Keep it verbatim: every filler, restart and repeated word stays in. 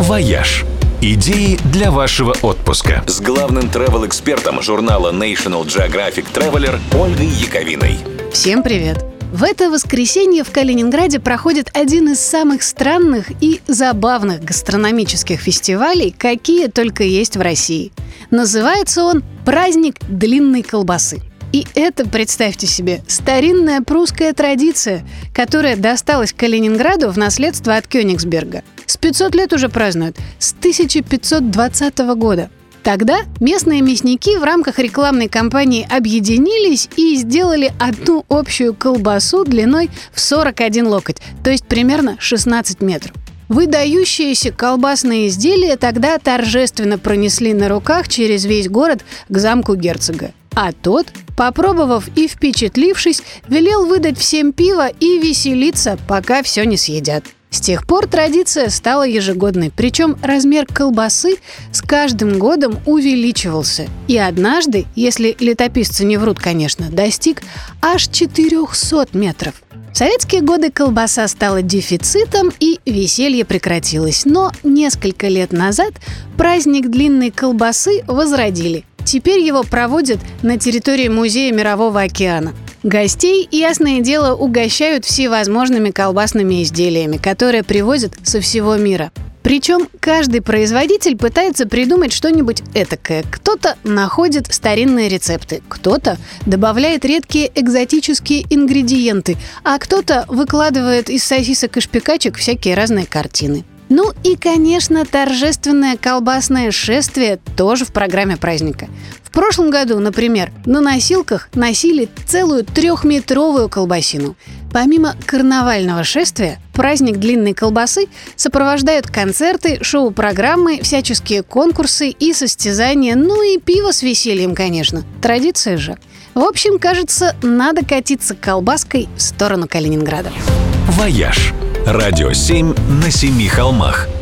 «Вояж». Идеи для вашего отпуска. С главным travel-экспертом журнала National Geographic Traveler Ольгой Яковиной. Всем привет! В это воскресенье в Калининграде проходит один из самых странных и забавных гастрономических фестивалей, какие только есть в России. Называется он «Праздник длинной колбасы». И это, представьте себе, старинная прусская традиция, которая досталась Калининграду в наследство от Кёнигсберга. С пятьсот лет уже празднуют, с тысяча пятьсот двадцатого года. Тогда местные мясники в рамках рекламной кампании объединились и сделали одну общую колбасу длиной в сорок один локоть, то есть примерно шестнадцать метров. Выдающиеся колбасные изделия тогда торжественно пронесли на руках через весь город к замку герцога. А тот, попробовав и впечатлившись, велел выдать всем пиво и веселиться, пока все не съедят. С тех пор традиция стала ежегодной, причем размер колбасы с каждым годом увеличивался. И однажды, если летописцы не врут, конечно, достиг аж четырехсот метров. В советские годы колбаса стала дефицитом и веселье прекратилось. Но несколько лет назад праздник длинной колбасы возродили. Теперь его проводят на территории Музея Мирового океана. Гостей, ясное дело, угощают всевозможными колбасными изделиями, которые привозят со всего мира. Причем каждый производитель пытается придумать что-нибудь этакое. Кто-то находит старинные рецепты, кто-то добавляет редкие экзотические ингредиенты, а кто-то выкладывает из сосисок и шпикачек всякие разные картины. Ну и, конечно, торжественное колбасное шествие тоже в программе праздника. В прошлом году, например, на носилках носили целую трехметровую колбасину. Помимо карнавального шествия, праздник длинной колбасы сопровождают концерты, шоу-программы, всяческие конкурсы и состязания, ну и пиво с весельем, конечно. Традиция же. В общем, кажется, надо катиться колбаской в сторону Калининграда. «Вояж». Радио семь на семи холмах.